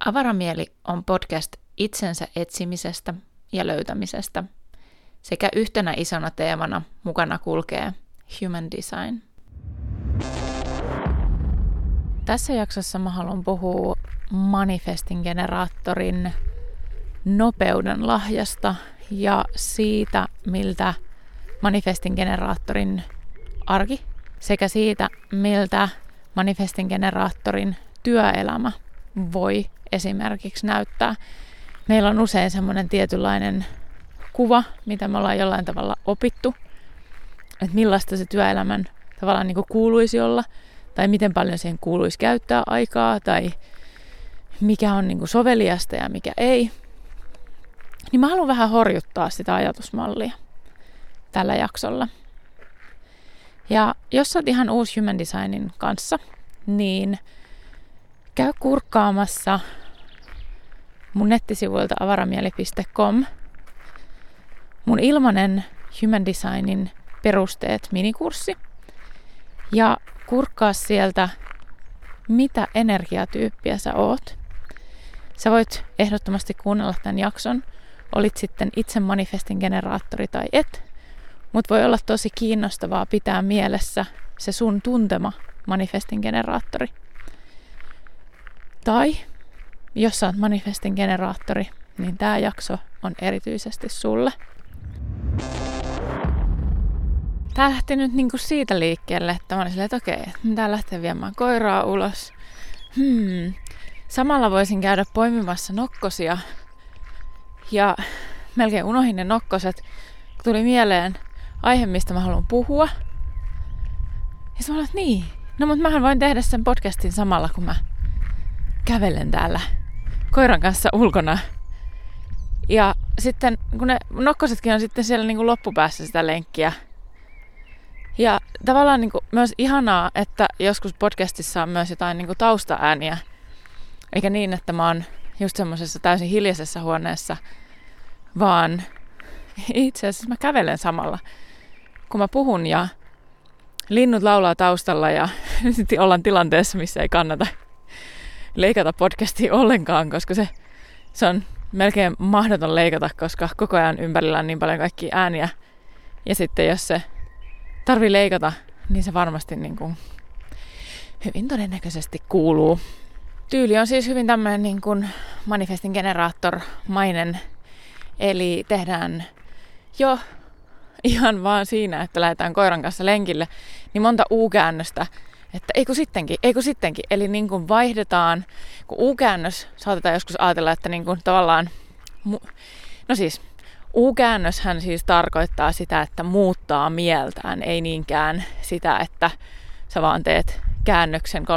Avaramieli on podcast itsensä etsimisestä ja löytämisestä sekä yhtenä isona teemana mukana kulkee Human Design. Tässä jaksossa mä haluan puhua Manifesting Generaattorin nopeuden lahjasta ja siitä, miltä Manifesting Generaattorin arki sekä siitä, miltä Manifesting Generaattorin työelämä voi esimerkiksi näyttää. Meillä on usein semmoinen tietynlainen kuva, mitä me ollaan jollain tavalla opittu, että millaista se työelämän tavallaan niin kuin kuuluisi olla, tai miten paljon siihen kuuluisi käyttää aikaa, tai mikä on niin kuin soveliasta ja mikä ei. Niin mä haluan vähän horjuttaa sitä ajatusmallia tällä jaksolla. Ja jos sä oot ihan uusi Human Designin kanssa, niin käy kurkkaamassa mun nettisivuilta avaramieli.com mun ilmainen Human Designin perusteet minikurssi ja kurkkaa sieltä, mitä energiatyyppiä sä oot. Sä voit ehdottomasti kuunnella tämän jakson, olit sitten itse manifestin generaattori tai et, mutta voi olla tosi kiinnostavaa pitää mielessä se sun tuntema manifestin generaattori. Tai jos sä oot manifestin generaattori, niin tää jakso on erityisesti sulle. Tää lähti nyt niinku siitä liikkeelle, että mä olin silleen, että okei, mä tää lähtee viemään koiraa ulos. Samalla voisin käydä poimimassa nokkosia. Ja melkein unohdin ne nokkoset. Tuli mieleen aihe, mistä mä haluan puhua. Ja sitten mä olin, että niin. No mutta mähän voin tehdä sen podcastin samalla, kun mä kävelen täällä koiran kanssa ulkona. Ja sitten, kun ne nokkosetkin on sitten siellä niin kuin loppupäässä sitä lenkkiä. Ja tavallaan niin kuin myös ihanaa, että joskus podcastissa on myös jotain niin kuin taustaääniä. Eikä niin, että mä oon just semmosessa täysin hiljaisessa huoneessa, vaan itse asiassa mä kävelen samalla, kun mä puhun ja linnut laulaa taustalla ja sitten ollaan tilanteessa, missä ei kannata leikata podcastia ollenkaan, koska se on melkein mahdoton leikata, koska koko ajan ympärillä on niin paljon kaikkia ääniä. Ja sitten jos se tarvii leikata, niin se varmasti niin kuin hyvin todennäköisesti kuuluu. Tyyli on siis hyvin tämmöinen niin kuin manifestin generaattor-mainen. Eli tehdään jo ihan vaan siinä, että lähdetään koiran kanssa lenkille, niin monta U-käännöstä, että ei kun sittenkin. Eli niin kuin vaihdetaan, kun U-käännös saatetaan joskus ajatella, että niin kuin tavallaan, no siis U-käännöshän siis tarkoittaa sitä, että muuttaa mieltään, ei niinkään sitä, että sä vaan teet käännöksen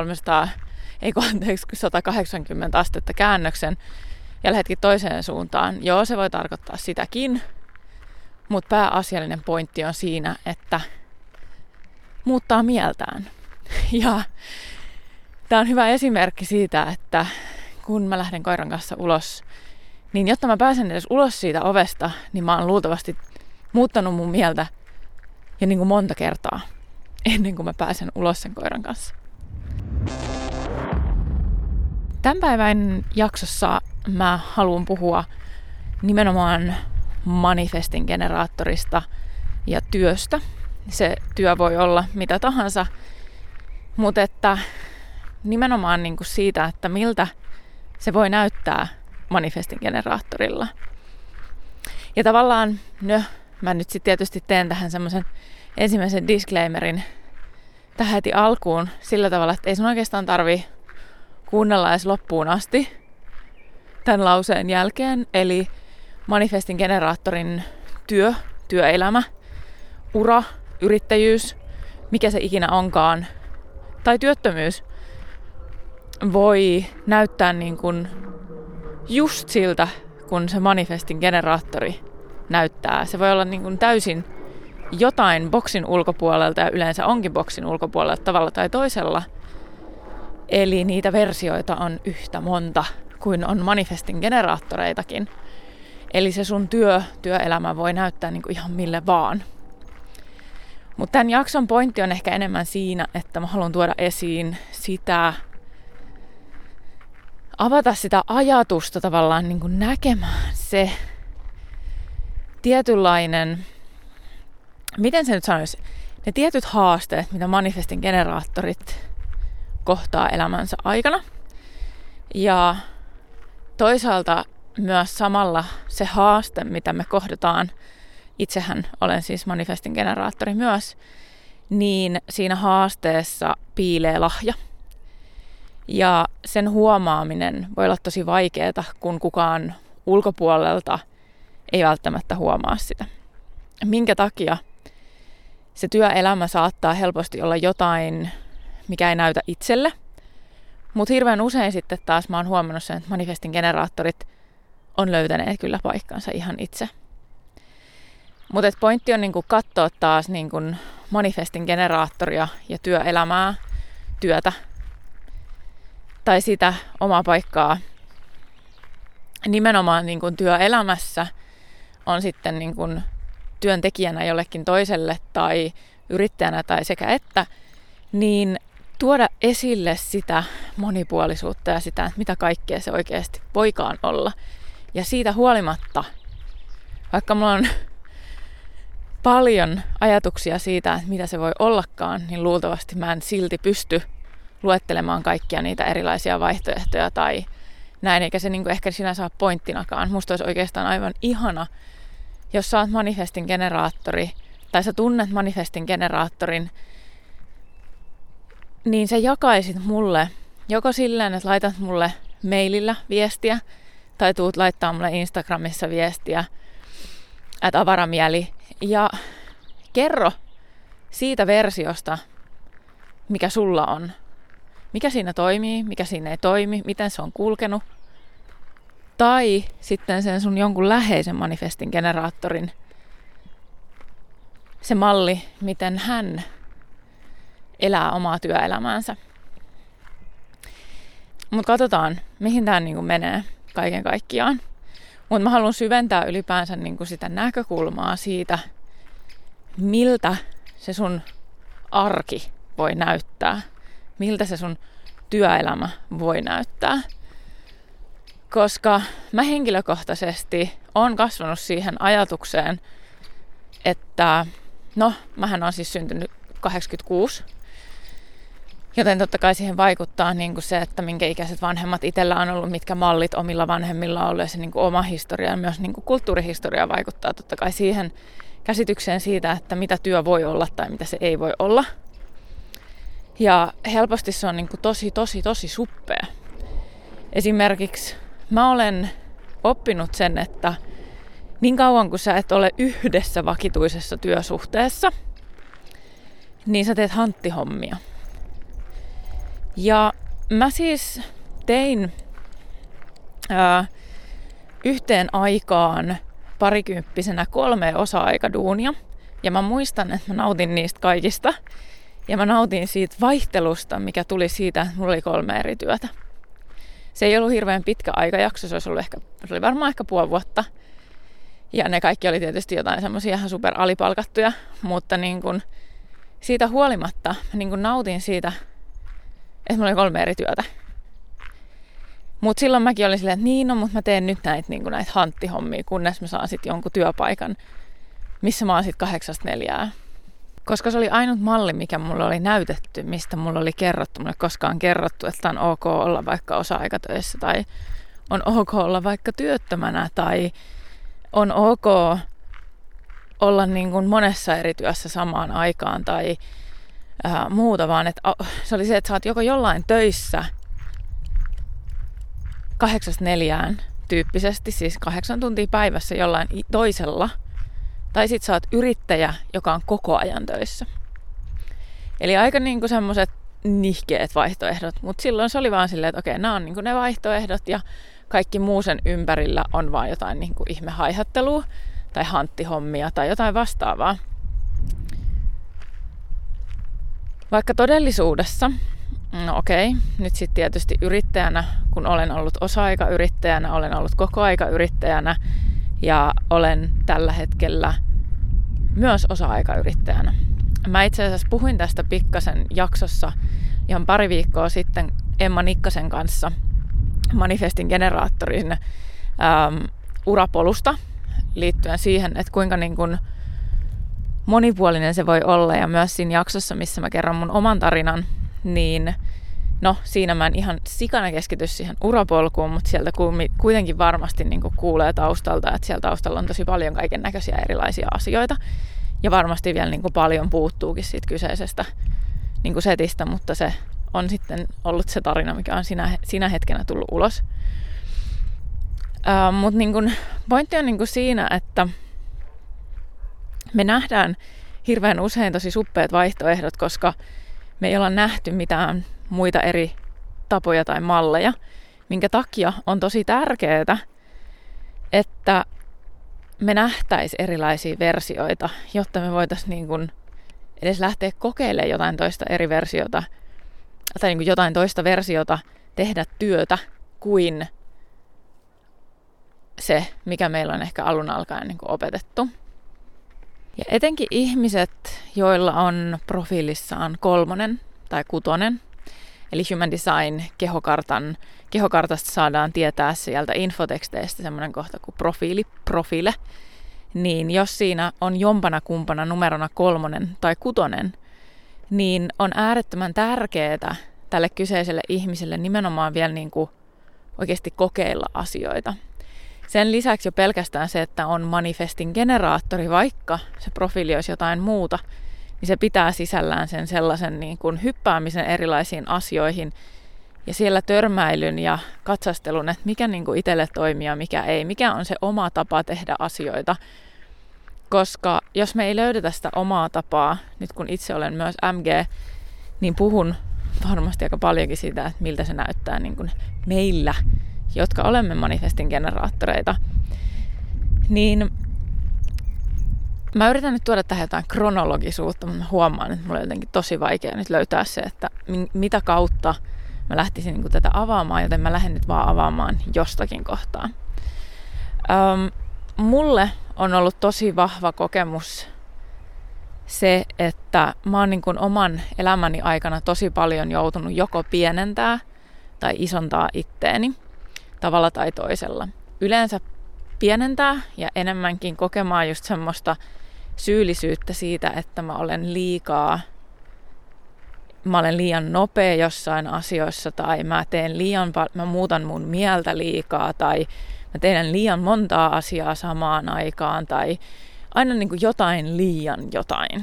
180 astetta käännöksen ja lähdetkin toiseen suuntaan. Joo, se voi tarkoittaa sitäkin, mutta pääasiallinen pointti on siinä, että muuttaa mieltään. Ja tämä on hyvä esimerkki siitä, että kun mä lähden koiran kanssa ulos, niin jotta mä pääsen edes ulos siitä ovesta, niin mä oon luultavasti muuttanut mun mieltä ja niin kuin monta kertaa ennen kuin mä pääsen ulos sen koiran kanssa. Tämän päivän jaksossa mä haluan puhua nimenomaan manifestin generaattorista ja työstä. Se työ voi olla mitä tahansa, mutta että nimenomaan niin kuin siitä, että miltä se voi näyttää manifestin generaattorilla. Ja tavallaan, mä nyt sitten tietysti teen tähän semmoisen ensimmäisen disclaimerin tähän heti alkuun sillä tavalla, että ei sun oikeastaan tarvii kuunnella edes loppuun asti tämän lauseen jälkeen. Eli manifestin generaattorin työelämä, ura, yrittäjyys, mikä se ikinä onkaan, tai työttömyys voi näyttää niin kuin just siltä, kun se manifestin generaattori näyttää. Se voi olla niin kuin täysin jotain boksin ulkopuolelta ja yleensä onkin boksin ulkopuolelta tavalla tai toisella. Eli niitä versioita on yhtä monta kuin on manifestin generaattoreitakin. Eli se sun työelämä voi näyttää niin kuin ihan mille vaan. Mutta tämän jakson pointti on ehkä enemmän siinä, että mä haluan tuoda esiin sitä avata sitä ajatusta tavallaan niin kuin näkemään se tietynlainen, miten se nyt sanoisi, ne tietyt haasteet, mitä manifestin generaattorit kohtaa elämänsä aikana. Ja toisaalta myös samalla se haaste, mitä me kohdataan, itsehän olen siis manifestin generaattori myös, niin siinä haasteessa piilee lahja. Ja sen huomaaminen voi olla tosi vaikeaa, kun kukaan ulkopuolelta ei välttämättä huomaa sitä. Minkä takia se työelämä saattaa helposti olla jotain, mikä ei näytä itselle. Mutta hirveän usein sitten taas mä oon huomannut sen, että manifestin generaattorit on löytäneet kyllä paikkansa ihan itse. Mutta pointti on niinku katsoa taas niinku manifestin generaattoria ja työelämää, työtä tai sitä omaa paikkaa nimenomaan niinku työelämässä on sitten niinku työntekijänä jollekin toiselle tai yrittäjänä tai sekä että, niin tuoda esille sitä monipuolisuutta ja sitä, mitä kaikkea se oikeasti voikaan olla. Ja siitä huolimatta, vaikka mulla on paljon ajatuksia siitä, että mitä se voi ollakaan, niin luultavasti mä en silti pysty luettelemaan kaikkia niitä erilaisia vaihtoehtoja tai näin, eikä se niinku ehkä sinänsä ole pointtinakaan. Musta olisi oikeastaan aivan ihana, jos sä oot manifestin generaattori tai sä tunnet manifestin generaattorin, niin sä jakaisit mulle joko silleen, että laitat mulle mailillä viestiä tai tuut laittaa mulle Instagramissa viestiä @avaramieli ja kerro siitä versiosta, mikä sulla on. Mikä siinä toimii, mikä siinä ei toimi, miten se on kulkenut. Tai sitten sen sun jonkun läheisen manifestin generaattorin se malli, miten hän elää omaa työelämäänsä. Mutta katsotaan, mihin tämä niinku menee kaiken kaikkiaan. Mutta mä haluan syventää ylipäänsä niinku sitä näkökulmaa siitä, miltä se sun arki voi näyttää. Miltä se sun työelämä voi näyttää. Koska mä henkilökohtaisesti oon kasvanut siihen ajatukseen, että mähän on siis syntynyt 86. Joten totta kai siihen vaikuttaa niin kuin se, että minkä ikäiset vanhemmat itsellä on ollut, mitkä mallit omilla vanhemmilla on ollut ja se niin kuin oma historia ja myös niin kuin kulttuurihistoria vaikuttaa totta kai siihen käsitykseen siitä, että mitä työ voi olla tai mitä se ei voi olla. Ja helposti se on niin kuin tosi suppea. Esimerkiksi mä olen oppinut sen, että niin kauan kuin sä et ole yhdessä vakituisessa työsuhteessa, niin sä teet hanttihommia. Ja mä siis tein yhteen aikaan parikymppisenä 3 osa-aikaduunia. Ja mä muistan, että mä nautin niistä kaikista. Ja mä nautin siitä vaihtelusta, mikä tuli siitä, että mulla oli 3 eri työtä. Se ei ollut hirveän pitkä aikajakso, se oli varmaan ehkä puoli vuotta. Ja ne kaikki oli tietysti jotain semmoisia ihan super alipalkattuja, mutta niin kun siitä huolimatta mä niin kun nautin siitä, että mulla oli 3 eri työtä. Mutta silloin mäkin olin silleen, että mutta mä teen nyt näitä hanttihommia, kunnes mä saan sitten jonkun työpaikan, missä mä oon sitten 8-4. Koska se oli ainut malli, mikä mulle oli näytetty, mistä mulle oli kerrottu. Mulle ei koskaan kerrottu, että on ok olla vaikka osa-aikatöissä tai on ok olla vaikka työttömänä tai on ok olla niin kuin monessa eri työssä samaan aikaan tai muuta, vaan että se oli se, että sä oot joko jollain töissä 8-4 tyyppisesti, siis 8 tuntia päivässä jollain toisella, tai sit sä oot yrittäjä, joka on koko ajan töissä. Eli aika niinku semmoset nihkeet vaihtoehdot, mutta silloin se oli vaan silleen, että okei, nämä on niinku ne vaihtoehdot ja kaikki muu sen ympärillä on vaan jotain niinku ihmehaihattelua tai hanttihommia tai jotain vastaavaa. Vaikka todellisuudessa, nyt sitten tietysti yrittäjänä, kun olen ollut osa-aikayrittäjänä, olen ollut kokoaikayrittäjänä ja olen tällä hetkellä myös osa-aikayrittäjänä. Mä itse asiassa puhuin tästä pikkasen jaksossa ihan pari viikkoa sitten Emma Nikkasen kanssa manifestin generaattorin urapolusta liittyen siihen, että kuinka niin kuin monipuolinen se voi olla. Ja myös siinä jaksossa, missä mä kerron mun oman tarinan, niin no siinä mä en ihan sikana keskity siihen urapolkuun, mutta sieltä kuitenkin varmasti niin kuin kuulee taustalta, että siellä taustalla on tosi paljon kaiken näköisiä erilaisia asioita. Ja varmasti vielä niin kuin paljon puuttuukin siitä kyseisestä niin kuin setistä, mutta se on sitten ollut se tarina, mikä on sinä hetkenä tullut ulos. Mutta niin kuin pointti on niin kuin siinä, että me nähdään hirveän usein tosi suppeat vaihtoehdot, koska me ei olla nähty mitään muita eri tapoja tai malleja, minkä takia on tosi tärkeää, että me nähtäisiin erilaisia versioita, jotta me voitaisiin niin kuin edes lähteä kokeilemaan jotain toista eri versiota tai niin kuin jotain toista versiota tehdä työtä kuin se, mikä meillä on ehkä alun alkaen niin kuin opetettu. Ja etenkin ihmiset, joilla on profiilissaan 3 tai 6, eli Human Design kehokartasta saadaan tietää sieltä infoteksteistä semmoinen kohta kuin profiile, niin jos siinä on jompana kumpana numerona 3 tai 6, niin on äärettömän tärkeää tälle kyseiselle ihmiselle nimenomaan vielä niin kuin oikeasti kokeilla asioita. Sen lisäksi jo pelkästään se, että on manifestin generaattori, vaikka se profiili olisi jotain muuta, niin se pitää sisällään sen sellaisen niin kuin hyppäämisen erilaisiin asioihin ja siellä törmäilyn ja katsastelun, että mikä niin kuin itselle toimii ja mikä ei, mikä on se oma tapa tehdä asioita. Koska jos me ei löydetä sitä omaa tapaa, nyt kun itse olen myös MG, niin puhun varmasti aika paljonkin siitä, että miltä se näyttää niin kuin meillä, jotka olemme manifestin generaattoreita. Niin mä yritän nyt tuoda tähän jotain kronologisuutta, mutta mä huomaan, että mulla on jotenkin tosi vaikea nyt löytää se, että mitä kautta mä lähtisin niin kuin tätä avaamaan, joten mä lähden nyt vaan avaamaan jostakin kohtaa. Mulle on ollut tosi vahva kokemus se, että mä oon niin kuin oman elämäni aikana tosi paljon joutunut joko pienentää tai isontaa itteeni tavalla tai toisella. Yleensä pienentää ja enemmänkin kokemaan just semmoista syyllisyyttä siitä, että mä olen liian nopea jossain asioissa tai mä muutan mun mieltä liikaa tai mä teen liian montaa asiaa samaan aikaan tai aina niin kuin jotain.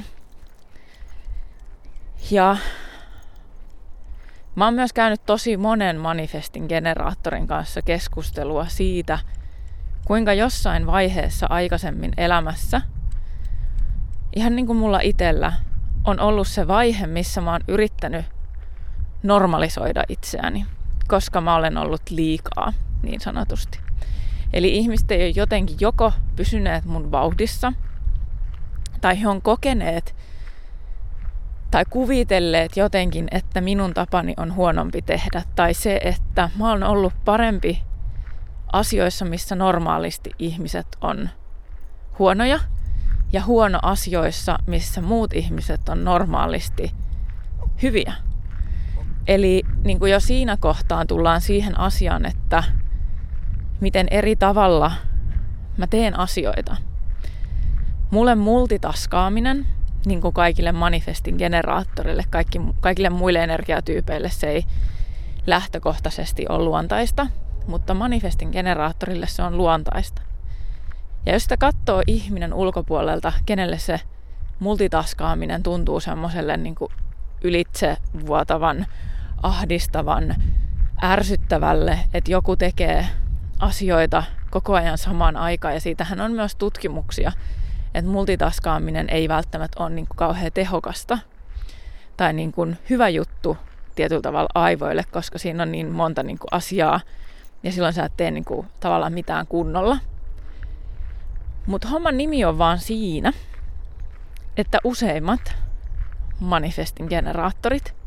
Ja mä oon myös käynyt tosi monen manifestin generaattorin kanssa keskustelua siitä, kuinka jossain vaiheessa aikaisemmin elämässä, ihan niin kuin mulla itsellä, on ollut se vaihe, missä mä oon yrittänyt normalisoida itseäni, koska mä olen ollut liikaa, niin sanotusti. Eli ihmiset ei ole jotenkin joko pysyneet mun vauhdissa, tai he on kokeneet tai kuvitelleet jotenkin, että minun tapani on huonompi tehdä, tai se, että mä oon ollut parempi asioissa, missä normaalisti ihmiset on huonoja, ja huono asioissa, missä muut ihmiset on normaalisti hyviä. Eli niin kuin jo siinä kohtaa tullaan siihen asiaan, että miten eri tavalla mä teen asioita. Mulle multitaskaaminen, niin kuin kaikille manifestin generaattorille, kaikille muille energiatyypeille se ei lähtökohtaisesti ole luontaista, mutta manifestin generaattorille se on luontaista. Ja jos sitä katsoo ihminen ulkopuolelta, kenelle se multitaskaaminen tuntuu semmoiselle niin kuin ylitsevuotavan, ahdistavan, ärsyttävälle, että joku tekee asioita koko ajan samaan aikaan. Ja siitähän on myös tutkimuksia, että multitaskaaminen ei välttämättä ole niin kuin kauhean tehokasta tai niin kuin hyvä juttu tietyllä tavalla aivoille, koska siinä on niin monta niin kuin asiaa ja silloin sä et tee niin kuin tavallaan mitään kunnolla. Mutta homman nimi on vaan siinä, että useimmat manifestin generaattorit,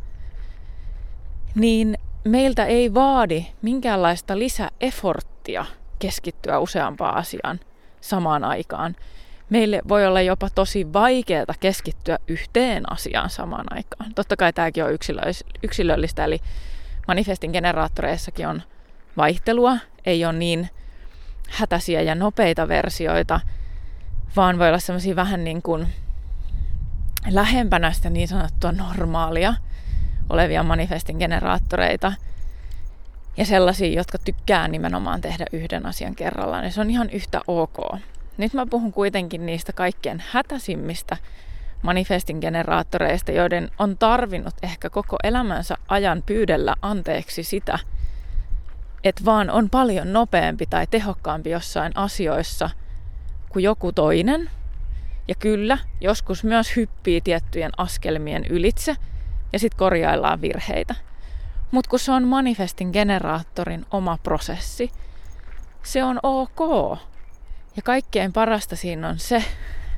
niin meiltä ei vaadi minkäänlaista lisäeforttia keskittyä useampaan asiaan samaan aikaan. Meille voi olla jopa tosi vaikeaa keskittyä yhteen asiaan samaan aikaan. Totta kai tämäkin on yksilöllistä, eli manifestin generaattoreissakin on vaihtelua, ei ole niin hätäisiä ja nopeita versioita, vaan voi olla semmoisia vähän niin kuin lähempänä sitä niin sanottua normaalia olevia manifestin generaattoreita ja sellaisia, jotka tykkää nimenomaan tehdä yhden asian kerrallaan, ja se on ihan yhtä ok. Nyt mä puhun kuitenkin niistä kaikkein hätäisimmistä manifestin generaattoreista, joiden on tarvinnut ehkä koko elämänsä ajan pyydellä anteeksi sitä, että vaan on paljon nopeampi tai tehokkaampi jossain asioissa kuin joku toinen. Ja kyllä, joskus myös hyppii tiettyjen askelmien ylitse ja sitten korjaillaan virheitä. Mutta kun se on manifestin generaattorin oma prosessi, se on ok. Ja kaikkein parasta siinä on se,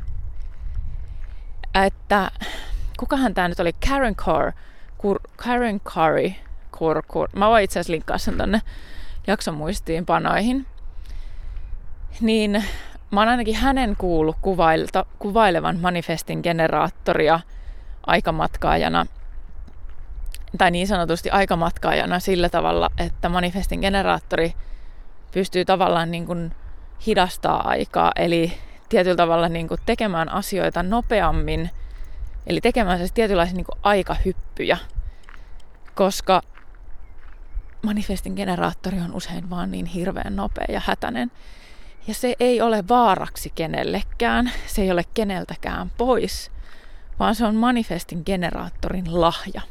että kukahan tämä nyt oli, Karen Curry, mä voin itse asiassa linkkaa sen tonne jakson muistiinpanoihin, niin mä oon ainakin hänen kuullut kuvailevan manifestin generaattoria aikamatkaajana, tai niin sanotusti aikamatkaajana sillä tavalla, että manifestin generaattori pystyy tavallaan niin kuin hidastaa aikaa, eli tietyllä tavalla niin kuin tekemään asioita nopeammin, eli tekemään siis tietynlaisia niin kuin aikahyppyjä, koska manifestin generaattori on usein vaan niin hirveän nopea ja hätäinen. Ja se ei ole vaaraksi kenellekään, se ei ole keneltäkään pois, vaan se on manifestin generaattorin lahja.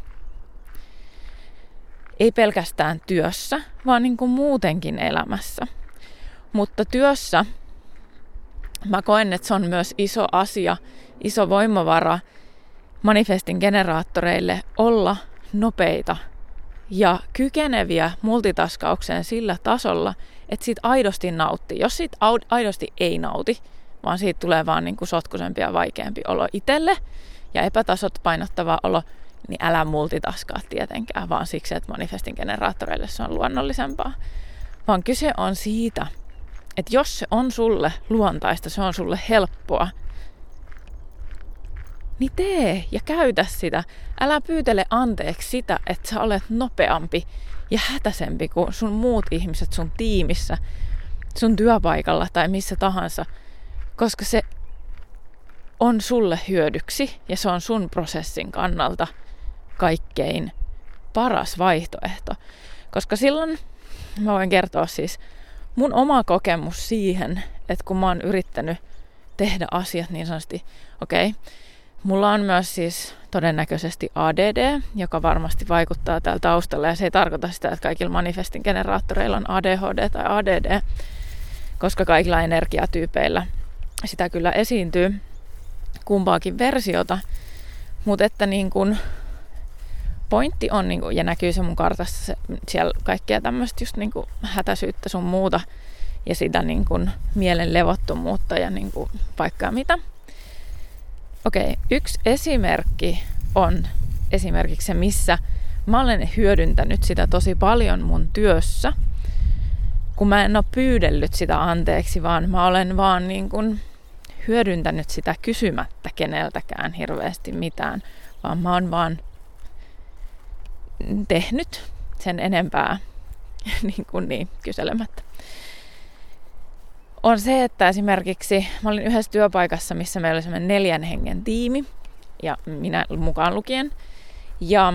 Ei pelkästään työssä, vaan niin kuin muutenkin elämässä. Mutta työssä mä koen, että se on myös iso asia, iso voimavara manifestin generaattoreille olla nopeita ja kykeneviä multitaskaukseen sillä tasolla, että siitä aidosti nauttii. Jos siitä aidosti ei nauti, vaan siitä tulee vaan niin kuin sotkuisempi ja vaikeampi olo itselle ja epätasot painottava olo, niin älä multitaskaa tietenkään, vaan siksi, että manifestin generaattoreille se on luonnollisempaa. Vaan kyse on siitä, että jos se on sulle luontaista, se on sulle helppoa, niin tee ja käytä sitä. Älä pyytele anteeksi sitä, että sä olet nopeampi ja hätäisempi kuin sun muut ihmiset sun tiimissä, sun työpaikalla tai missä tahansa, koska se on sulle hyödyksi ja se on sun prosessin kannalta kaikkein paras vaihtoehto. Koska silloin mä voin kertoa siis mun oma kokemus siihen, että kun mä oon yrittänyt tehdä asiat niin sanotusti, mulla on myös siis todennäköisesti ADD, joka varmasti vaikuttaa täällä taustalla, ja se ei tarkoita sitä, että kaikilla manifestin generaattoreilla on ADHD tai ADD, koska kaikilla energiatyypeillä sitä kyllä esiintyy kumpaakin versiota, mutta että niin kun pointti on, niin kun, ja näkyy se mun kartassa, siellä kaikkea tämmöistä just niin kun hätäisyyttä sun muuta, ja sitä niin kun mielen levottomuutta ja niin kun vaikka mitä. Yksi esimerkki on esimerkiksi se, missä mä olen hyödyntänyt sitä tosi paljon mun työssä, kun mä en ole pyydellyt sitä anteeksi, vaan mä olen vaan niin kuin hyödyntänyt sitä kysymättä keneltäkään hirveästi mitään, vaan mä oon vaan tehnyt sen enempää niin kyselemättä. On se, että esimerkiksi mä olin yhdessä työpaikassa, missä meillä oli semmoinen 4 hengen tiimi, ja minä mukaan lukien. Ja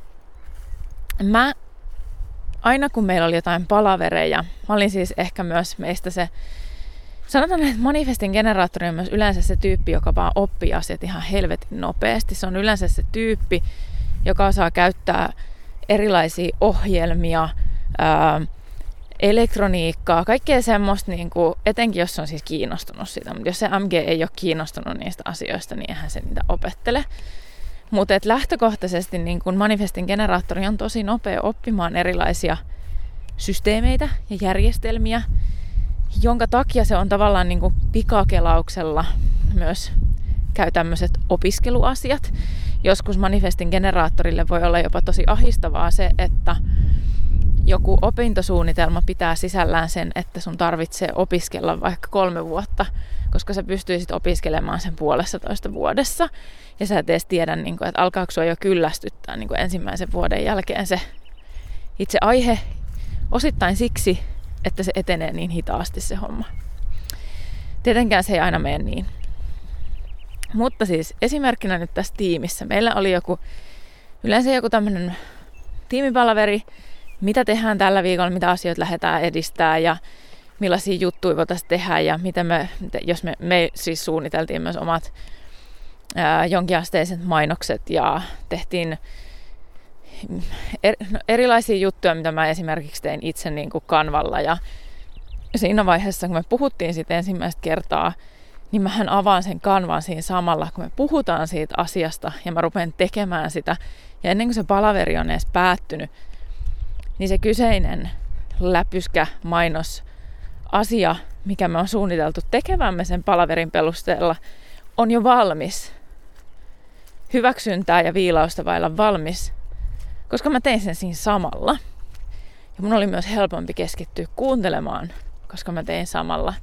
aina kun meillä oli jotain palavereja, mä olin siis ehkä myös meistä se, sanotaan, että manifestin generaattori on myös yleensä se tyyppi, joka vaan oppii asiat ihan helvetin nopeasti. Se on yleensä se tyyppi, joka osaa käyttää erilaisia ohjelmia, elektroniikkaa, kaikkea semmoista, niin kuin, etenkin jos on siis kiinnostunut siitä, mutta jos se MG ei ole kiinnostunut niistä asioista, niin eihän se niitä opettele. Mutta lähtökohtaisesti niin kuin manifestin generaattori on tosi nopea oppimaan erilaisia systeemeitä ja järjestelmiä, jonka takia se on tavallaan niin kuin pikakelauksella myös käy tämmöiset opiskeluasiat. Joskus manifestin generaattorille voi olla jopa tosi ahdistavaa se, että joku opintosuunnitelma pitää sisällään sen, että sun tarvitsee opiskella vaikka 3 vuotta, koska sä pystyisit opiskelemaan sen 1,5 vuodessa. Ja sä et edes tiedä, että alkaako sua jo kyllästyttää ensimmäisen vuoden jälkeen se itse aihe, Osittain siksi, että se etenee niin hitaasti se homma. Tietenkään se ei aina mene niin. Mutta siis esimerkkinä nyt tässä tiimissä. Meillä oli yleensä joku tämmöinen tiimipalaveri, mitä tehdään tällä viikolla, mitä asioita lähdetään edistää ja millaisia juttuja voitaisiin tehdä ja miten me siis suunniteltiin myös omat jonkinasteiset mainokset ja tehtiin erilaisia juttuja, mitä mä esimerkiksi tein itse niin kuin Canvalla ja siinä vaiheessa, kun me puhuttiin siitä ensimmäistä kertaa, niin mähän avaan sen Canvan siinä samalla, kun me puhutaan siitä asiasta ja mä rupean tekemään sitä. Ja ennen kuin se palaveri on edes päättynyt, niin se kyseinen läpyskä mainos asia, mikä me on suunniteltu tekevämme sen palaverin perusteella, on jo valmis. Hyväksyntää ja viilausta vailla valmis, koska mä tein sen siinä samalla. Ja mun oli myös helpompi keskittyä kuuntelemaan, koska mä tein samalla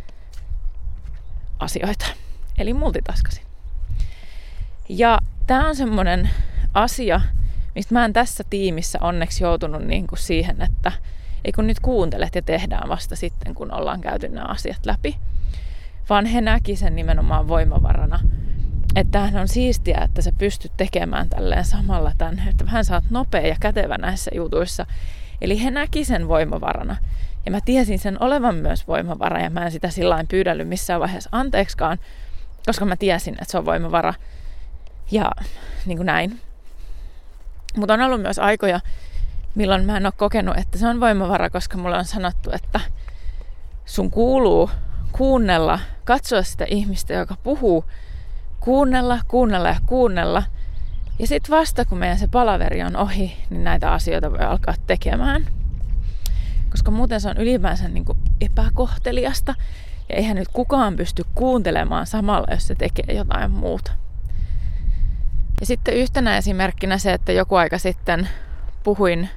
asioita. Eli multitaskasin. Ja tää on semmonen asia, mistä mä en tässä tiimissä onneksi joutunut niin kuin siihen, että ei kun nyt kuuntelet ja tehdään vasta sitten, kun ollaan käyty nämä asiat läpi. Vaan he näki sen nimenomaan voimavarana. Että tämähän on siistiä, että sä pystyt tekemään tälleen samalla tämän, että vähän sä oot nopea ja kätevä näissä jutuissa. Eli he näki sen voimavarana. Ja mä tiesin sen olevan myös voimavara ja mä en sitä sillain pyydällyt missään vaiheessa anteeksikaan, koska mä tiesin, että se on voimavara. Ja niin kuin näin. Mutta on ollut myös aikoja, milloin mä en ole kokenut, että se on voimavara, koska mulle on sanottu, että sun kuuluu kuunnella, katsoa sitä ihmistä, joka puhuu, kuunnella. Ja sitten vasta, kun meidän se palaveri on ohi, niin näitä asioita voi alkaa tekemään. Koska muuten se on ylipäänsä niin kuin epäkohteliasta. Ja eihän nyt kukaan pysty kuuntelemaan samalla, jos se tekee jotain muuta. Ja sitten yhtenä esimerkkinä se, että joku aika sitten puhuin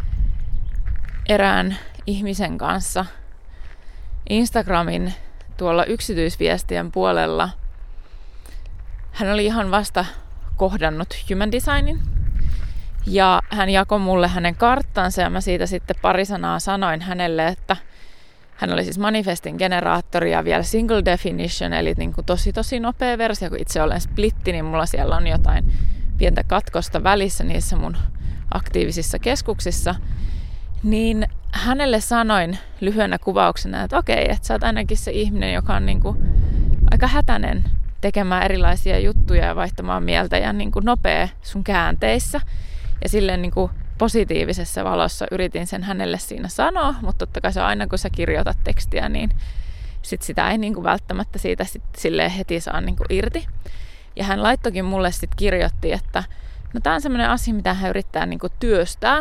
erään ihmisen kanssa Instagramin tuolla yksityisviestien puolella. Hän oli ihan vasta kohdannut Human Designin ja hän jakoi mulle hänen karttansa ja mä siitä sitten pari sanaa sanoin hänelle, että hän oli siis manifestin generaattori ja vielä single definition, eli niin kuin tosi nopea versio, kun itse olen splitti, niin mulla siellä on jotain pientä katkosta välissä niissä mun aktiivisissa keskuksissa. Niin hänelle sanoin lyhyenä kuvauksena, että okei, että sä oot ainakin se ihminen, joka on niin kuin aika hätäinen tekemään erilaisia juttuja ja vaihtamaan mieltä ja niin kuin nopea sun käänteissä. Ja silleen niin kuin positiivisessa valossa yritin sen hänelle siinä sanoa, mutta totta kai se aina kun sä kirjoitat tekstiä, niin sit sitä ei niin kuin välttämättä siitä sit silleen heti saa niin kuin irti. Ja hän laittokin mulle sitten kirjoitti, että no tää on semmoinen asia, mitä hän yrittää niin kuin työstää.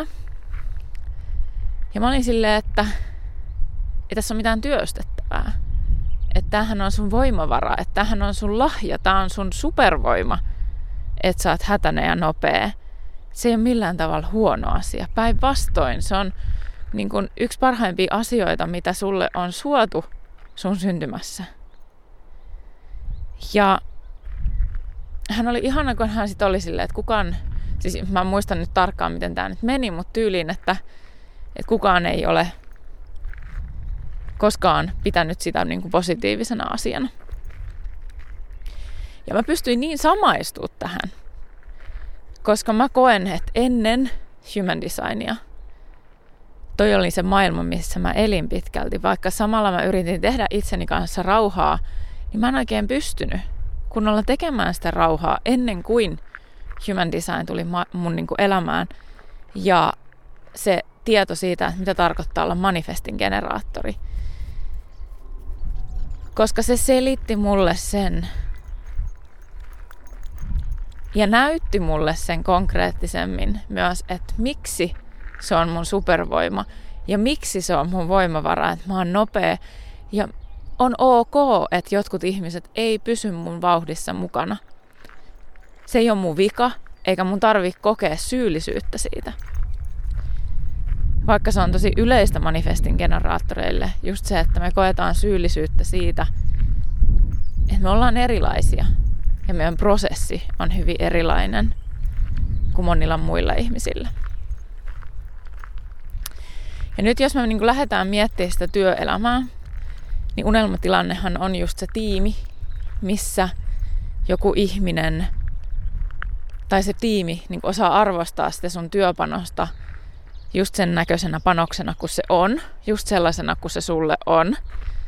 Ja mä olin silleen, että ei tässä ole mitään työstettävää. Että tämähän on sun voimavara, että tämähän on sun lahja, tää on sun supervoima, että sä oot hätäinen ja nopea. Se ei ole millään tavalla huono asia. Päinvastoin se on niin kuin yksi parhaimpia asioita, mitä sulle on suotu sun syntymässä. Ja hän oli ihana, kun hän sitten oli silleen, että kukaan, siis mä muistan nyt tarkkaan, miten tämä nyt meni, mutta tyyliin, että kukaan ei ole koskaan pitänyt sitä niin kuin positiivisena asiana. Ja mä pystyin niin samaistumaan tähän, koska mä koen, että ennen Human Designia toi oli se maailma, missä mä elin pitkälti. Vaikka samalla mä yritin tehdä itseni kanssa rauhaa, niin mä en oikein pystynyt kunnolla tekemään sitä rauhaa ennen kuin Human Design tuli mun niin kuin elämään. Ja se tieto siitä, että mitä tarkoittaa olla manifestin generaattori. Koska se selitti mulle sen ja näytti mulle sen konkreettisemmin myös, että miksi se on mun supervoima ja miksi se on mun voimavara, että mä oon nopea ja on ok, että jotkut ihmiset ei pysy mun vauhdissa mukana. Se ei ole mun vika, eikä mun tarvitse kokea syyllisyyttä siitä. Vaikka se on tosi yleistä manifestin generaattoreille, just se, että me koetaan syyllisyyttä siitä, että me ollaan erilaisia ja meidän prosessi on hyvin erilainen kuin monilla muilla ihmisillä. Ja nyt jos me niin lähdetään miettimään sitä työelämää, niin unelmatilannehan on just se tiimi, missä joku ihminen tai se tiimi niin osaa arvostaa sitä sun työpanosta just sen näköisenä panoksena, kun se on, just sellaisena, kun se sulle on,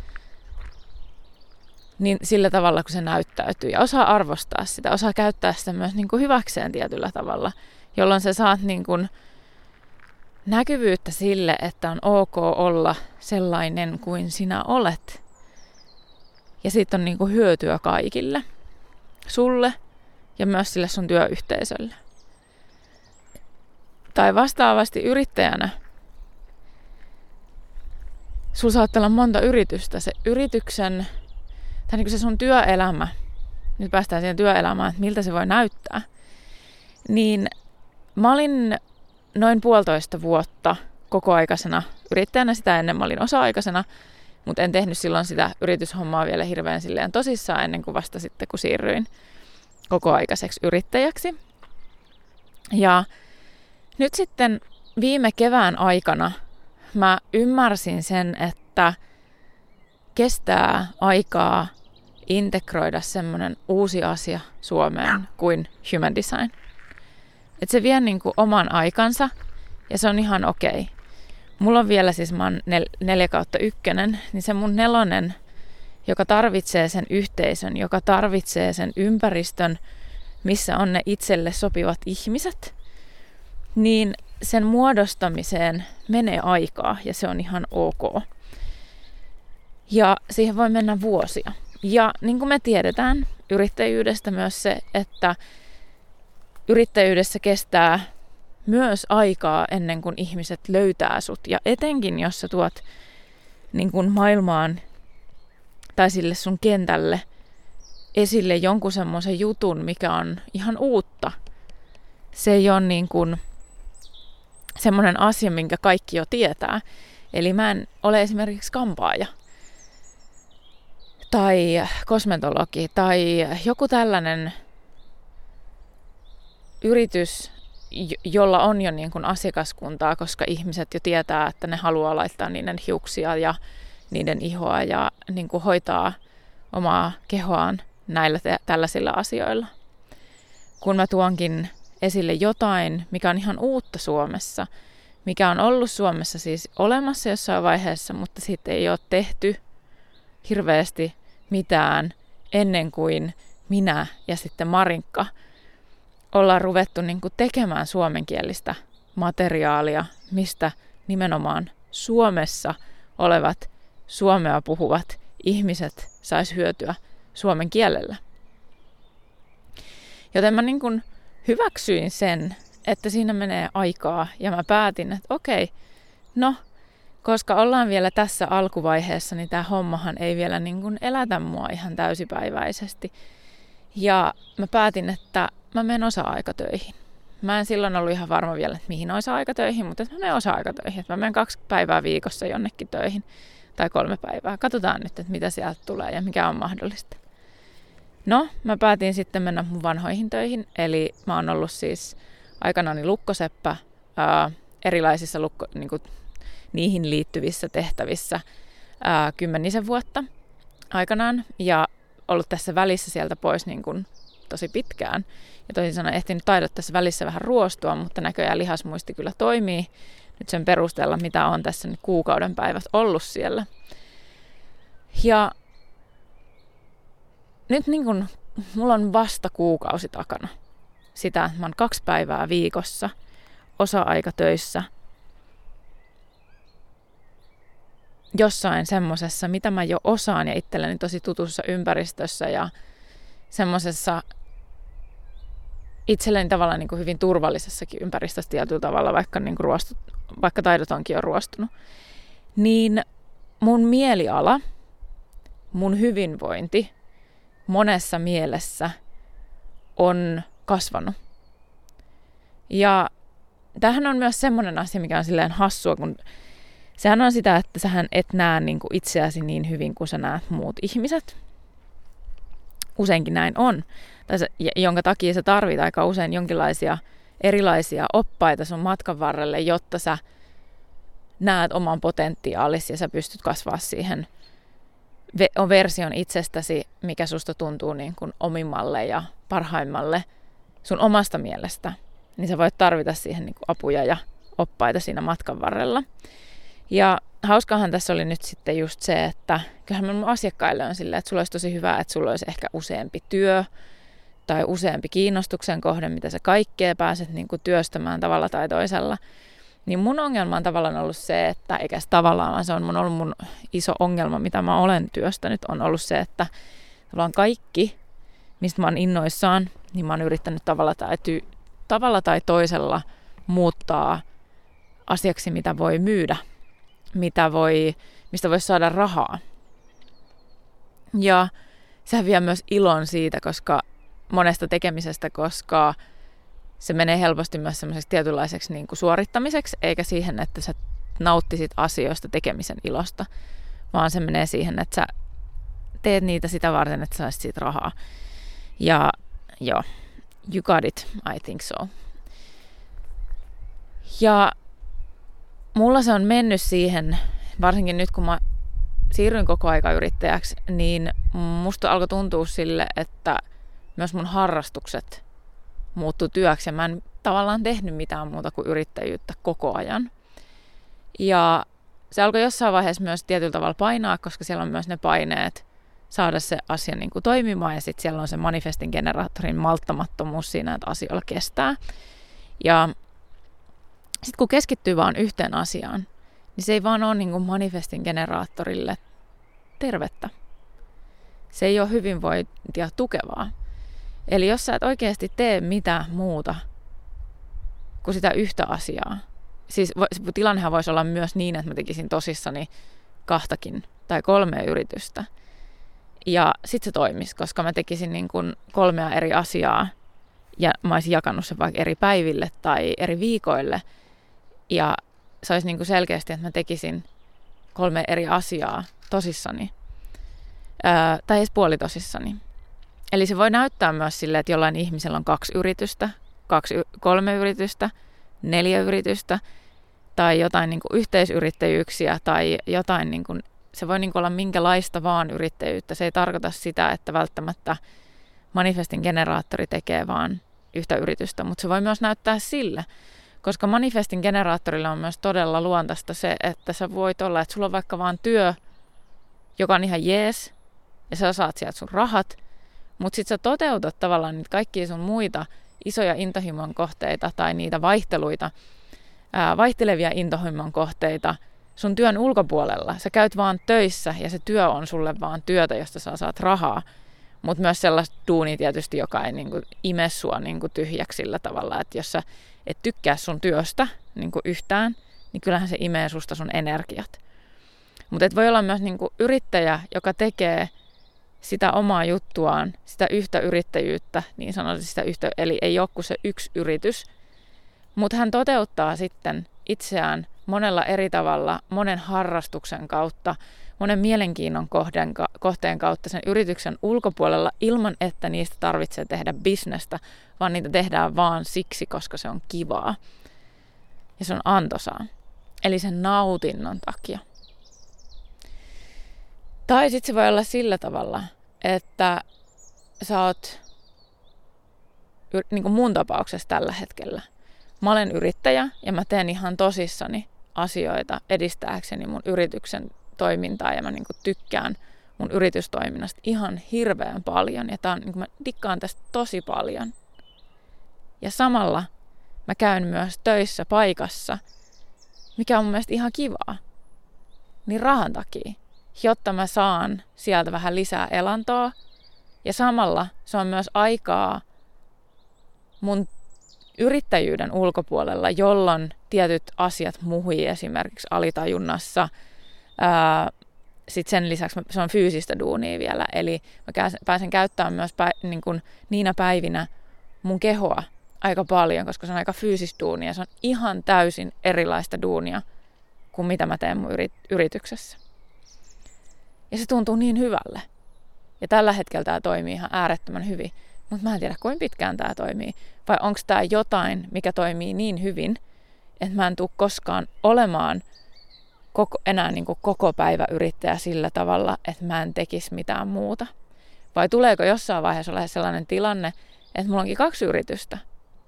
niin sillä tavalla, kun se näyttäytyy. Ja osaa arvostaa sitä, osaa käyttää sitä myös niin kuin hyväkseen tietyllä tavalla, jolloin sä saat niin kuin näkyvyyttä sille, että on ok olla sellainen kuin sinä olet. Ja siitä on niin kuin hyötyä kaikille, sulle ja myös sille sun työyhteisölle. Tai vastaavasti yrittäjänä. Sulla saattaa olla monta yritystä. Se yrityksen, tai niin kuin se sun työelämä, nyt päästään siihen työelämään, että miltä se voi näyttää. Niin mä olin noin 1,5 vuotta kokoaikaisena yrittäjänä, sitä ennen mä olin osa-aikaisena, mutta en tehnyt silloin sitä yrityshommaa vielä hirveän silleen tosissaan ennen kuin vasta sitten, kun siirryin kokoaikaiseksi yrittäjäksi. Ja nyt sitten viime kevään aikana mä ymmärsin sen, että kestää aikaa integroida semmoinen uusi asia Suomeen kuin human design. Että se vie niin kuin oman aikansa ja se on ihan okei. Mulla on vielä siis, mä oon 4/1, niin se mun 4, joka tarvitsee sen yhteisön, joka tarvitsee sen ympäristön, missä on ne itselle sopivat ihmiset, niin sen muodostamiseen menee aikaa ja se on ihan ok. Ja siihen voi mennä vuosia. Ja niin kuin me tiedetään yrittäjyydestä myös se, että yrittäjyydessä kestää myös aikaa ennen kuin ihmiset löytää sut. Ja etenkin, jos sä tuot niin kuin maailmaan tai sille sun kentälle esille jonkun semmoisen jutun, mikä on ihan uutta. Se ei ole niin kuin semmoinen asia, minkä kaikki jo tietää. Eli mä en ole esimerkiksi kampaaja tai kosmetologi tai joku tällainen yritys, jolla on jo niin kuin asiakaskuntaa, koska ihmiset jo tietää, että ne haluaa laittaa niiden hiuksia ja niiden ihoa ja niin kuin hoitaa omaa kehoaan näillä tällaisilla asioilla. Kun mä tuonkin esille jotain, mikä on ihan uutta Suomessa, mikä on ollut Suomessa siis olemassa jossain vaiheessa, mutta siitä ei ole tehty hirveästi mitään ennen kuin minä ja sitten Marinkka ollaan ruvettu niin kuin tekemään suomenkielistä materiaalia, mistä nimenomaan Suomessa olevat suomea puhuvat ihmiset sais hyötyä suomen kielellä. Joten mä niin kuin hyväksyin sen, että siinä menee aikaa ja mä päätin, että okei, no, koska ollaan vielä tässä alkuvaiheessa, niin tää hommahan ei vielä niin kuin elätä mua ihan täysipäiväisesti. Ja mä päätin, että mä menen osa-aikatöihin. Mä en silloin ollut ihan varma vielä, että mihin osa-aikatöihin, mutta että mä menen osa-aikatöihin. Että mä menen 2 päivää viikossa jonnekin töihin tai 3 päivää. Katsotaan nyt, että mitä sieltä tulee ja mikä on mahdollista. No, mä päätin sitten mennä mun vanhoihin töihin. Eli mä oon ollut siis aikanaani lukkoseppä erilaisissa niin kuin niihin liittyvissä tehtävissä 10 vuotta aikanaan. Ja ollut tässä välissä sieltä pois niin kuin tosi pitkään. Ja toisin sanoen ehtinyt taidot tässä välissä vähän ruostua, mutta näköjään lihasmuisti kyllä toimii nyt sen perusteella, mitä on tässä nyt kuukauden päivät ollut siellä. Ja nyt niin kun mulla on vasta kuukausi takana sitä, että mä oon 2 päivää viikossa osa-aikatöissä jossain semmosessa, mitä mä jo osaan ja itselleni tosi tutussa ympäristössä ja semmosessa itselleni tavallaan niin kuin hyvin turvallisessakin ympäristössä tietyllä tavalla, vaikka, niin kuin vaikka taidot onkin jo ruostunut, niin mun mieliala, mun hyvinvointi monessa mielessä on kasvanut. Ja tämähän on myös semmoinen asia, mikä on silleen hassua, kun sehän on sitä, että sähän et näe niin kuin itseäsi niin hyvin kuin sä näet muut ihmiset. Useinkin näin on. Jonka takia sä tarvit aika usein jonkinlaisia erilaisia oppaita sun matkan varrelle, jotta sä näet oman potentiaalisi ja sä pystyt kasvaa siihen version itsestäsi, mikä susta tuntuu niin kuin omimmalle ja parhaimmalle sun omasta mielestä, niin sä voit tarvita siihen niin kuin apuja ja oppaita siinä matkan varrella. Ja hauskahan tässä oli nyt sitten just se, että kyllähän mun asiakkaille on silleen, että sulla olisi tosi hyvä, että sulla olisi ehkä useampi työ tai useampi kiinnostuksen kohde, mitä sä kaikkea pääset niin kuin työstämään tavalla tai toisella. Niin mun ongelma on tavallaan ollut se, että eikä se tavallaan, vaan se on ollut mun iso ongelma, mitä mä olen työstänyt, on ollut se, että tavallaan kaikki, mistä mä oon innoissaan, niin mä oon yrittänyt tavalla tai toisella muuttaa asiaksi, mitä voi myydä, mistä voi saada rahaa. Ja se vie myös ilon siitä, monesta tekemisestä, koska se menee helposti myös semmoiseksi tietynlaiseksi niin kuin suorittamiseksi, eikä siihen, että sä nauttisit asioista tekemisen ilosta, vaan se menee siihen, että sä teet niitä sitä varten, että saisit siitä rahaa. Ja joo, you got it, I think so. Ja mulla se on mennyt siihen, varsinkin nyt kun mä siirryin koko aika yrittäjäksi, niin musta alkoi tuntua sille, että myös mun harrastukset muuttui työksi ja mä en tavallaan tehnyt mitään muuta kuin yrittäjyyttä koko ajan. Ja se alkoi jossain vaiheessa myös tietyllä tavalla painaa, koska siellä on myös ne paineet saada se asia niin kuin toimimaan ja sitten siellä on se manifestin generaattorin malttamattomuus siinä, että asioilla kestää. Ja sitten kun keskittyy vaan yhteen asiaan, niin se ei vaan ole niin kuin manifestin generaattorille tervettä. Se ei ole hyvinvointia tukevaa. Eli jos sä et oikeasti tee mitään muuta kuin sitä yhtä asiaa, siis tilannehan voisi olla myös niin, että mä tekisin tosissani 2 tai 3 yritystä. Ja sit se toimisi, koska mä tekisin niin kuin 3 eri asiaa ja mä olisin jakanut sen vaikka eri päiville tai eri viikoille. Ja se olisi niin kuin selkeästi, että mä tekisin 3 eri asiaa tosissani. Tai edes puolitosissani. Eli se voi näyttää myös silleen, että jollain ihmisellä on 2 yritystä, 3 yritystä, 4 yritystä tai jotain niin kuin yhteisyrittäjyyksiä tai jotain, niin kuin, se voi niin kuin olla minkälaista vaan yrittäjyyttä. Se ei tarkoita sitä, että välttämättä manifestin generaattori tekee vaan yhtä yritystä, mutta se voi myös näyttää sille, koska manifestin generaattorilla on myös todella luontaista se, että sä voit olla, että sulla on vaikka vaan työ, joka on ihan jees ja sä saat sieltä sun rahat, mutta sit sä toteutat tavallaan niitä kaikkia sun muita isoja intohimon kohteita tai niitä vaihtelevia intohimon kohteita sun työn ulkopuolella. Sä käyt vaan töissä ja se työ on sulle vaan työtä, josta sä saat rahaa. Mutta myös sellaista duunia tietysti, joka ei niinku ime sua niinku tyhjäksi sillä tavalla, että jos sä et tykkää sun työstä niinku yhtään, niin kyllähän se imee susta sun energiat. Mutta et voi olla myös niinku yrittäjä, joka tekee sitä omaa juttuaan, sitä yhtä yrittäjyyttä, niin sanotusti eli ei ole kuin se yksi yritys, mutta hän toteuttaa sitten itseään monella eri tavalla, monen harrastuksen kautta, monen mielenkiinnon kohteen kautta sen yrityksen ulkopuolella ilman, että niistä tarvitsee tehdä bisnestä, vaan niitä tehdään vaan siksi, koska se on kivaa ja se on antoisaa, eli sen nautinnon takia. Tai sitten se voi olla sillä tavalla, että sä oot, niin kuin mun tapauksessa tällä hetkellä, mä olen yrittäjä ja mä teen ihan tosissani asioita edistääkseni mun yrityksen toimintaa ja mä niin kuin tykkään mun yritystoiminnasta ihan hirveän paljon ja niin kuin mä dikkaan tästä tosi paljon. Ja samalla mä käyn myös töissä paikassa, mikä on mun mielestä ihan kivaa, niin rahan takia, jotta mä saan sieltä vähän lisää elantoa. Ja samalla se on myös aikaa mun yrittäjyyden ulkopuolella, jolloin tietyt asiat muhii esimerkiksi alitajunnassa. Sitten sen lisäksi se on fyysistä duunia vielä, eli mä pääsen käyttämään myös niin kuin niinä päivinä mun kehoa aika paljon, koska se on aika fyysistä duunia. Se on ihan täysin erilaista duunia kuin mitä mä teen mun yrityksessä. Ja se tuntuu niin hyvälle. Ja tällä hetkellä tämä toimii ihan äärettömän hyvin. Mutta mä en tiedä, kuinka pitkään tämä toimii. Vai onko tämä jotain, mikä toimii niin hyvin, että mä en tule koskaan olemaan enää niin kuin koko päivä yrittäjä sillä tavalla, että mä en tekisi mitään muuta? Vai tuleeko jossain vaiheessa olla sellainen tilanne, että mulla onkin 2 yritystä?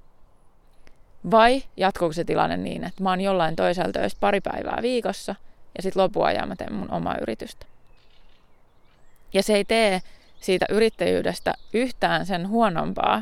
Vai jatkuuko se tilanne niin, että mä oon jollain toisella töistä 2 päivää viikossa ja sitten lopuajan mä teen mun omaa yritystä? Ja se ei tee siitä yrittäjyydestä yhtään sen huonompaa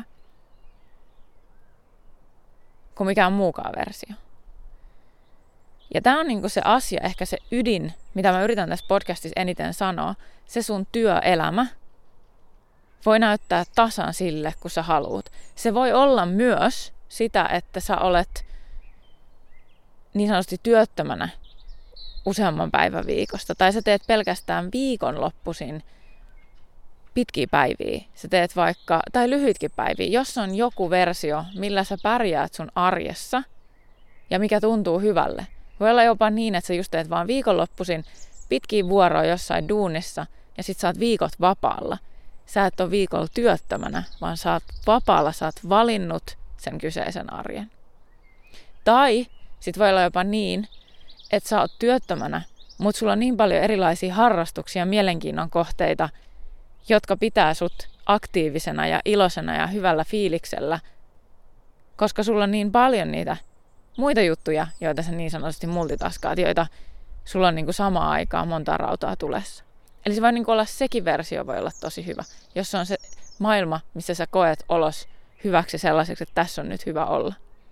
kuin mikään muukaan versio. Ja tämä on niinku se asia, ehkä se ydin, mitä mä yritän tässä podcastissa eniten sanoa. Se sun työelämä voi näyttää tasan sille, kun sä haluut. Se voi olla myös sitä, että sä olet niin sanotusti työttömänä useamman päivän viikosta. Tai sä teet pelkästään viikonloppuisin pitkiä päiviä. Sä teet vaikka, tai lyhyitkin päiviä. Jos on joku versio, millä sä pärjäät sun arjessa ja mikä tuntuu hyvälle. Voi olla jopa niin, että sä just teet vaan viikonloppuisin pitkiä vuoroja jossain duunissa ja sit sä oot viikot vapaalla. Sä et ole viikolla työttömänä, vaan sä oot vapaalla, sä oot valinnut sen kyseisen arjen. Tai sit voi olla jopa niin, että sä oot työttömänä, mutta sulla on niin paljon erilaisia harrastuksia, mielenkiinnon kohteita, jotka pitää sut aktiivisena ja iloisena ja hyvällä fiiliksellä, koska sulla on niin paljon niitä muita juttuja, joita sä niin sanotusti multitaskaat, joita sulla on niinku samaan aikaan monta rautaa tulessa. Eli se voi niinku olla, sekin versio voi olla tosi hyvä, jos se on se maailma, missä sä koet olos hyväksi sellaiseksi, että tässä on nyt hyvä olla.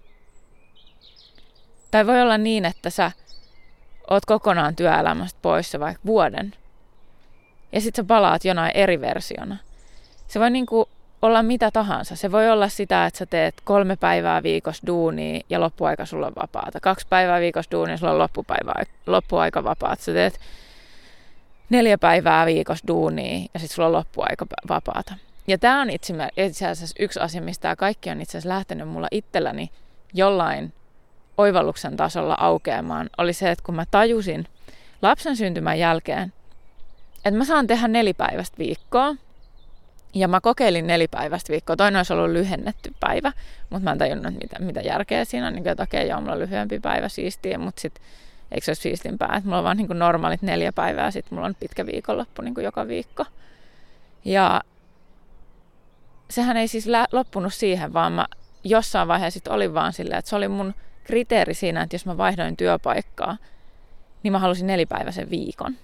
Tai voi olla niin, että sä oot kokonaan työelämästä poissa vaikka vuoden. Ja sit sä palaat jonain eri versiona. Se voi niinku olla mitä tahansa. Se voi olla sitä, että sä teet 3 päivää viikossa duunia ja loppuaika sulla on vapaata. 2 päivää viikossa duunia ja sulla on loppuaika vapaata. Sä teet 4 päivää viikossa duunia ja sit sulla on loppuaika vapaata. Ja tää on itse asiassa yksi asia, mistä tää kaikki on itse asiassa lähtenyt mulla itselläni jollain oivalluksen tasolla aukeamaan, oli se, että kun mä tajusin lapsen syntymän jälkeen, että mä saan tehdä 4-päiväistä viikkoa, ja mä kokeilin 4-päiväistä viikkoa. Toinen olisi ollut lyhennetty päivä, mutta mä en tajunnut, mitä järkeä siinä on. Niin että okei, joo, mulla on lyhyempi päivä siistiä, mutta sitten eikö se olisi siistimpää, että mulla on vaan niin kuin normaalit 4 päivää, ja sitten mulla on pitkä viikonloppu niin kuin joka viikko. Ja sehän ei siis loppunut siihen, vaan mä jossain vaiheessa sit olin vaan silleen, että se oli mun kriteeri siinä, että jos mä vaihdoin työpaikkaa, niin mä halusin 4-päiväisen viikon.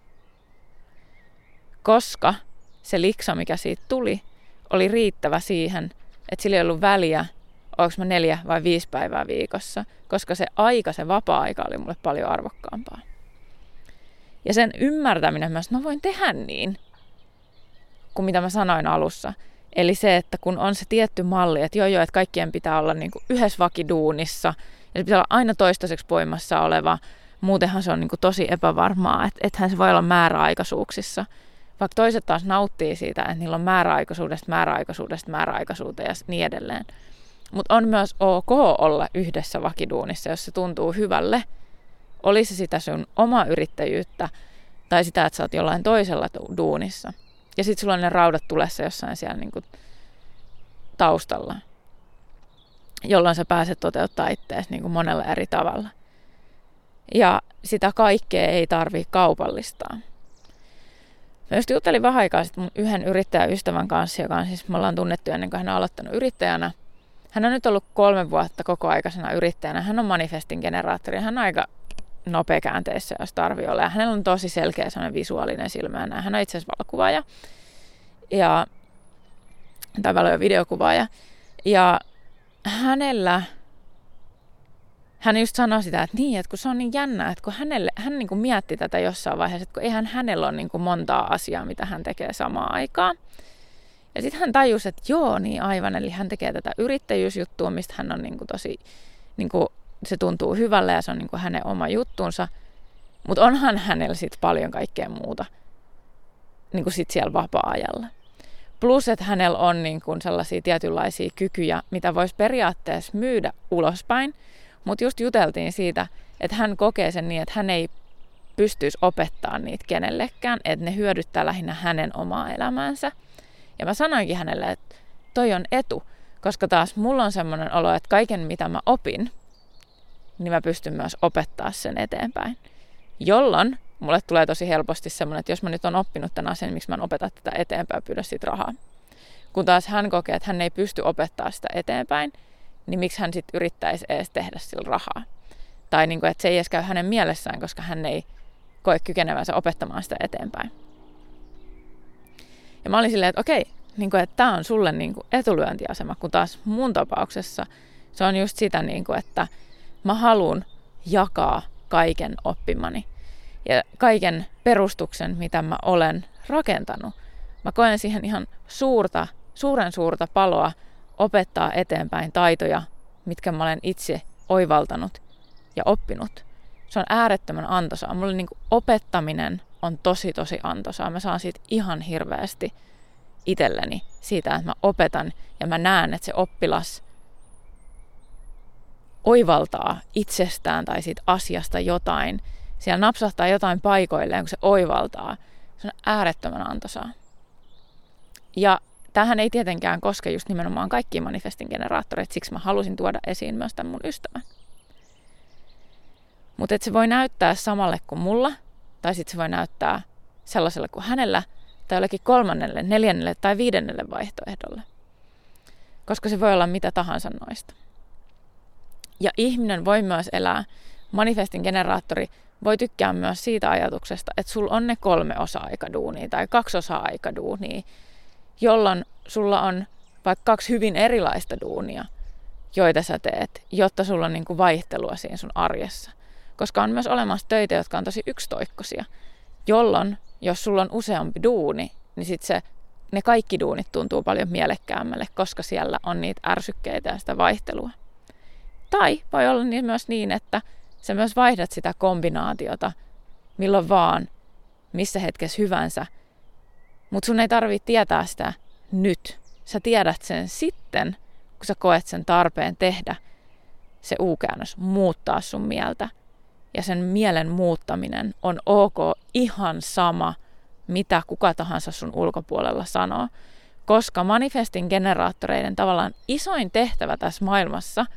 Koska se liksa, mikä siitä tuli, oli riittävä siihen, että sillä ei ollut väliä, onko mä 4 vai 5 päivää viikossa, koska se aika, se vapaa-aika oli mulle paljon arvokkaampaa. Ja sen ymmärtäminen myös, että mä voin tehdä niin, kuin mitä mä sanoin alussa. Eli se, että kun on se tietty malli, että joo, että kaikkien pitää olla niin kuin yhdessä vakiduunissa, ja se pitää olla aina toistaiseksi voimassa oleva, muutenhan se on niin kuin tosi epävarmaa, että ethän se voi olla määräaikaisuuksissa. Vaikka toiset taas nauttii siitä, että niillä on määräaikaisuuteen ja niin edelleen. Mutta on myös ok olla yhdessä vakiduunissa, jos se tuntuu hyvälle. Oli se sitä sun omaa yrittäjyyttä tai sitä, että sä oot jollain toisella duunissa. Ja sit sulla on ne raudat tulessa jossain siellä niinku taustalla, jolloin sä pääset toteuttaa itseäsi niinku monella eri tavalla. Ja sitä kaikkea ei tarvitse kaupallistaa. Mä just juttelin vähän aikaa sitten mun yhden yrittäjäystävän kanssa, joka on siis, me ollaan tunnettu ennen kuin hän on aloittanut yrittäjänä. Hän on nyt ollut 3 vuotta kokoaikaisena yrittäjänä. Hän on manifestin generaattori. Hän on aika nopeakäänteessä, jos tarvii olla. Ja hänellä on tosi selkeä sellainen visuaalinen silmä. Hän on itse asiassa valokuvaaja. Tai valo- videokuvaaja. Ja hän just sanoi sitä, että niin, että kun se on niin jännä, että kun hän niin kuin mietti tätä jossain vaiheessa, että kun eihän hänellä ole niin kuin montaa asiaa, mitä hän tekee samaan aikaan. Ja sitten hän tajusi, että joo, niin aivan, eli hän tekee tätä yrittäjyysjuttua, mistä hän on niin kuin tosi, niin kuin se tuntuu hyvälle ja se on niin kuin hänen oma juttunsa. Mutta onhan hänellä sitten paljon kaikkea muuta niin kuin sit siellä vapaa-ajalla. Plus, että hänellä on niin kuin sellaisia tietynlaisia kykyjä, mitä voisi periaatteessa myydä ulospäin. Mutta just juteltiin siitä, että hän kokee sen niin, että hän ei pystyisi opettamaan niitä kenellekään, että ne hyödyttää lähinnä hänen omaa elämäänsä. Ja mä sanoinkin hänelle, että toi on etu, koska taas mulla on semmoinen olo, että kaiken mitä mä opin, niin mä pystyn myös opettaa sen eteenpäin. jolloin mulle tulee tosi helposti semmoinen, että jos mä nyt on oppinut tämän asian, miksi mä en opeta tätä eteenpäin ja pyydä siitä rahaa. Kun taas hän kokee, että hän ei pysty opettaa sitä eteenpäin, niin miksi hän sitten yrittäisi edes tehdä sillä rahaa. Tai niin kuin, että se ei edes käy hänen mielessään, koska hän ei koe kykenevänsä opettamaan sitä eteenpäin. Ja mä olin silleen, että okei, niin kuin, että tämä on sulle niin kuin etulyöntiasema, kun taas mun tapauksessa se on just sitä, niin kuin, että mä haluan jakaa kaiken oppimani ja kaiken perustuksen, mitä mä olen rakentanut. Mä koen siihen ihan suurta paloa opettaa eteenpäin taitoja, mitkä mä olen itse oivaltanut ja oppinut. Se on äärettömän antoisaa. Mulle niin kuin opettaminen on tosi antoisaa. Mä saan siitä ihan hirveästi itselleni siitä, että mä opetan ja mä näen, että se oppilas oivaltaa itsestään tai siitä asiasta jotain. Siellä napsahtaa jotain paikoilleen, kun se oivaltaa. Se on äärettömän antoisaa. Ja tämähän ei tietenkään koske just nimenomaan kaikkia manifestin generaattoreita, siksi mä halusin tuoda esiin myös tämän mun ystävän. Mutta se voi näyttää samalle kuin mulla, tai sitten se voi näyttää sellaiselle kuin hänellä, tai jollekin 3., 4. tai 5. vaihtoehdolle. Koska se voi olla mitä tahansa noista. Ja ihminen voi myös elää, manifestin generaattori voi tykkää myös siitä ajatuksesta, että sulla on ne 3 osa-aikaduunia tai 2 osa-aikaduunia, jolloin sulla on vaikka 2 hyvin erilaista duunia, joita sä teet, jotta sulla on niin kuin vaihtelua siinä sun arjessa. Koska on myös olemassa töitä, jotka on tosi yksitoikkoisia, jolloin jos sulla on useampi duuni, niin sit ne kaikki duunit tuntuu paljon mielekkäämmälle, koska siellä on niitä ärsykkeitä ja sitä vaihtelua. Tai voi olla myös niin, että sä myös vaihdat sitä kombinaatiota milloin vaan, missä hetkessä hyvänsä, mutta sun ei tarvitse tietää sitä nyt. Sä tiedät sen sitten, kun sä koet sen tarpeen tehdä se U-käännös, muuttaa sun mieltä. Ja sen mielen muuttaminen on ok, ihan sama, mitä kuka tahansa sun ulkopuolella sanoo. Koska manifestin generaattoreiden tavallaan isoin tehtävä tässä maailmassa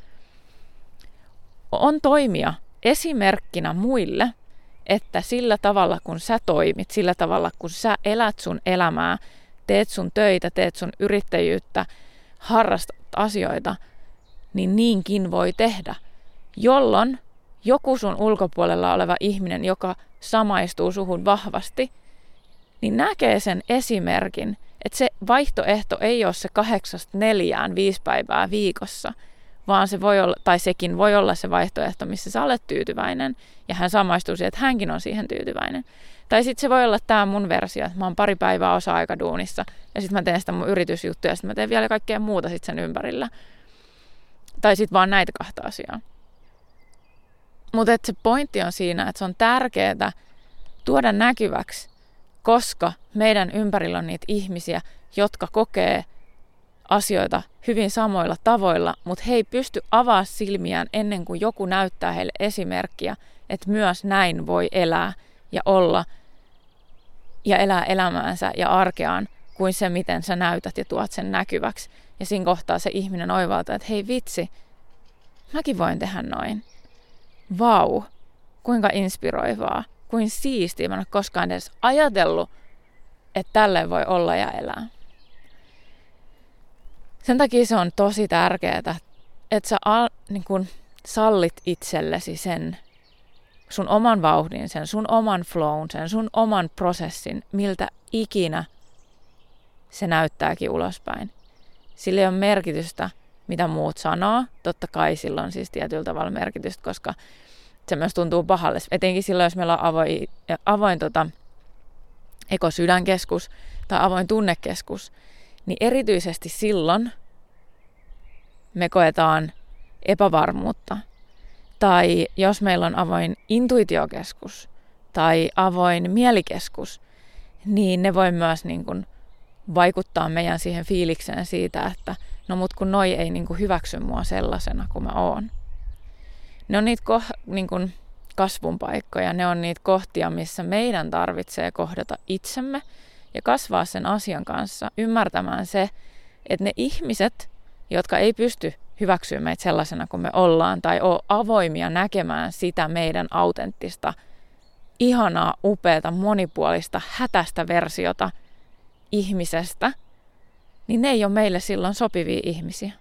on toimia esimerkkinä muille, että sillä tavalla kun sä toimit, sillä tavalla kun sä elät sun elämää, teet sun töitä, teet sun yrittäjyyttä, harrastat asioita, niin niinkin voi tehdä, jolloin joku sun ulkopuolella oleva ihminen, joka samaistuu suhun vahvasti, niin näkee sen esimerkin, että se vaihtoehto ei ole se 8-4 5 päivää viikossa, vaan se voi olla, tai sekin voi olla se vaihtoehto, missä sä olet tyytyväinen, ja hän samaistuu siihen, että hänkin on siihen tyytyväinen. Tai sitten se voi olla tämä mun versio, että mä oon 2 päivää osa-aikaduunissa, ja sitten mä teen sitä mun yritysjuttuja, ja sitten mä teen vielä kaikkea muuta sitten sen ympärillä. Tai sitten vaan näitä 2 asiaa. Mutta se pointti on siinä, että se on tärkeää tuoda näkyväksi, koska meidän ympärillä on niitä ihmisiä, jotka kokee asioita hyvin samoilla tavoilla, mutta he ei pysty avaamaan silmiään ennen kuin joku näyttää heille esimerkkiä, että myös näin voi elää ja olla ja elää elämäänsä ja arkeaan kuin se, miten sä näytät ja tuot sen näkyväksi. Ja siinä kohtaa se ihminen oivaltaa, että hei vitsi, mäkin voin tehdä noin. Vau, kuinka inspiroivaa, kuin siistiä. Mä en ole koskaan edes ajatellut, että tälleen voi olla ja elää. Sen takia se on tosi tärkeää, että sä niin kun sallit itsellesi sen sun oman vauhdin, sen sun oman flown, sen sun oman prosessin, miltä ikinä se näyttääkin ulospäin. Sillä ei ole merkitystä, mitä muut sanoo. Totta kai sillä on siis tietyllä tavalla merkitystä, koska se myös tuntuu pahalle. Etenkin silloin, jos meillä on avoin ekosydänkeskus tai avoin tunnekeskus, niin erityisesti silloin me koetaan epävarmuutta. Tai jos meillä on avoin intuitiokeskus tai avoin mielikeskus, niin ne voi myös niin kuin vaikuttaa meidän siihen fiilikseen siitä, että no mut kun noi ei niin kuin hyväksy mua sellaisena kuin mä oon. Ne on niitä niin kuin kasvun paikkoja, ne on niitä kohtia, missä meidän tarvitsee kohdata itsemme ja kasvaa sen asian kanssa, ymmärtämään se, että ne ihmiset, jotka ei pysty hyväksyä meitä sellaisena kuin me ollaan tai ole avoimia näkemään sitä meidän autenttista ihanaa, upeata, monipuolista, hätäistä versiota ihmisestä, niin ne ei ole meille silloin sopivia ihmisiä.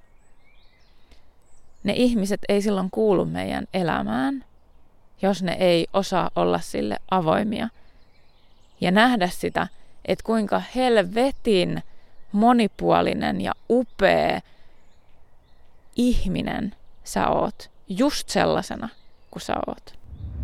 Ne ihmiset ei silloin kuulu meidän elämään, jos ne ei osaa olla sille avoimia. Ja nähdä sitä, että kuinka helvetin monipuolinen ja upea ihminen sä oot, just sellaisena kuin sä oot.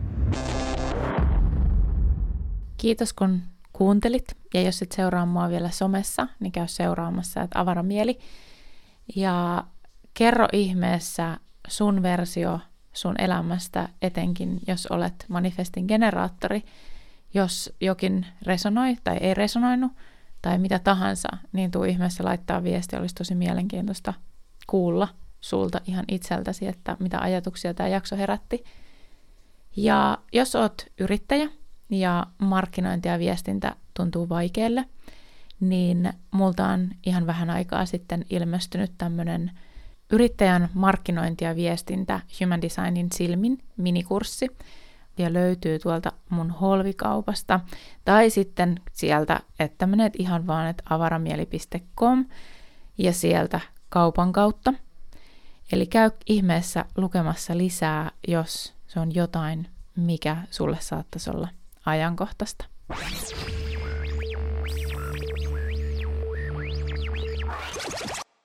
Kiitos kun kuuntelit, ja jos et seuraa mua vielä somessa, niin käy seuraamassa, että Avaramieli. Ja kerro ihmeessä sun versio sun elämästä, etenkin jos olet manifestin generaattori. Jos jokin resonoi tai ei resonoinut, tai mitä tahansa, niin tuu ihmeessä laittaa viesti. Olisi tosi mielenkiintoista kuulla sulta ihan itseltäsi, että mitä ajatuksia tämä jakso herätti. Ja jos oot yrittäjä ja markkinointi ja viestintä tuntuu vaikealle, niin multa on ihan vähän aikaa sitten ilmestynyt tämmöinen yrittäjän markkinointi ja viestintä Human Designin silmin minikurssi. Ja löytyy tuolta mun Holvikaupasta tai sitten sieltä, että menet ihan vaan, että avaramieli.com ja sieltä kaupan kautta. Eli käy ihmeessä lukemassa lisää, jos se on jotain, mikä sulle saattaisi olla ajankohtaista.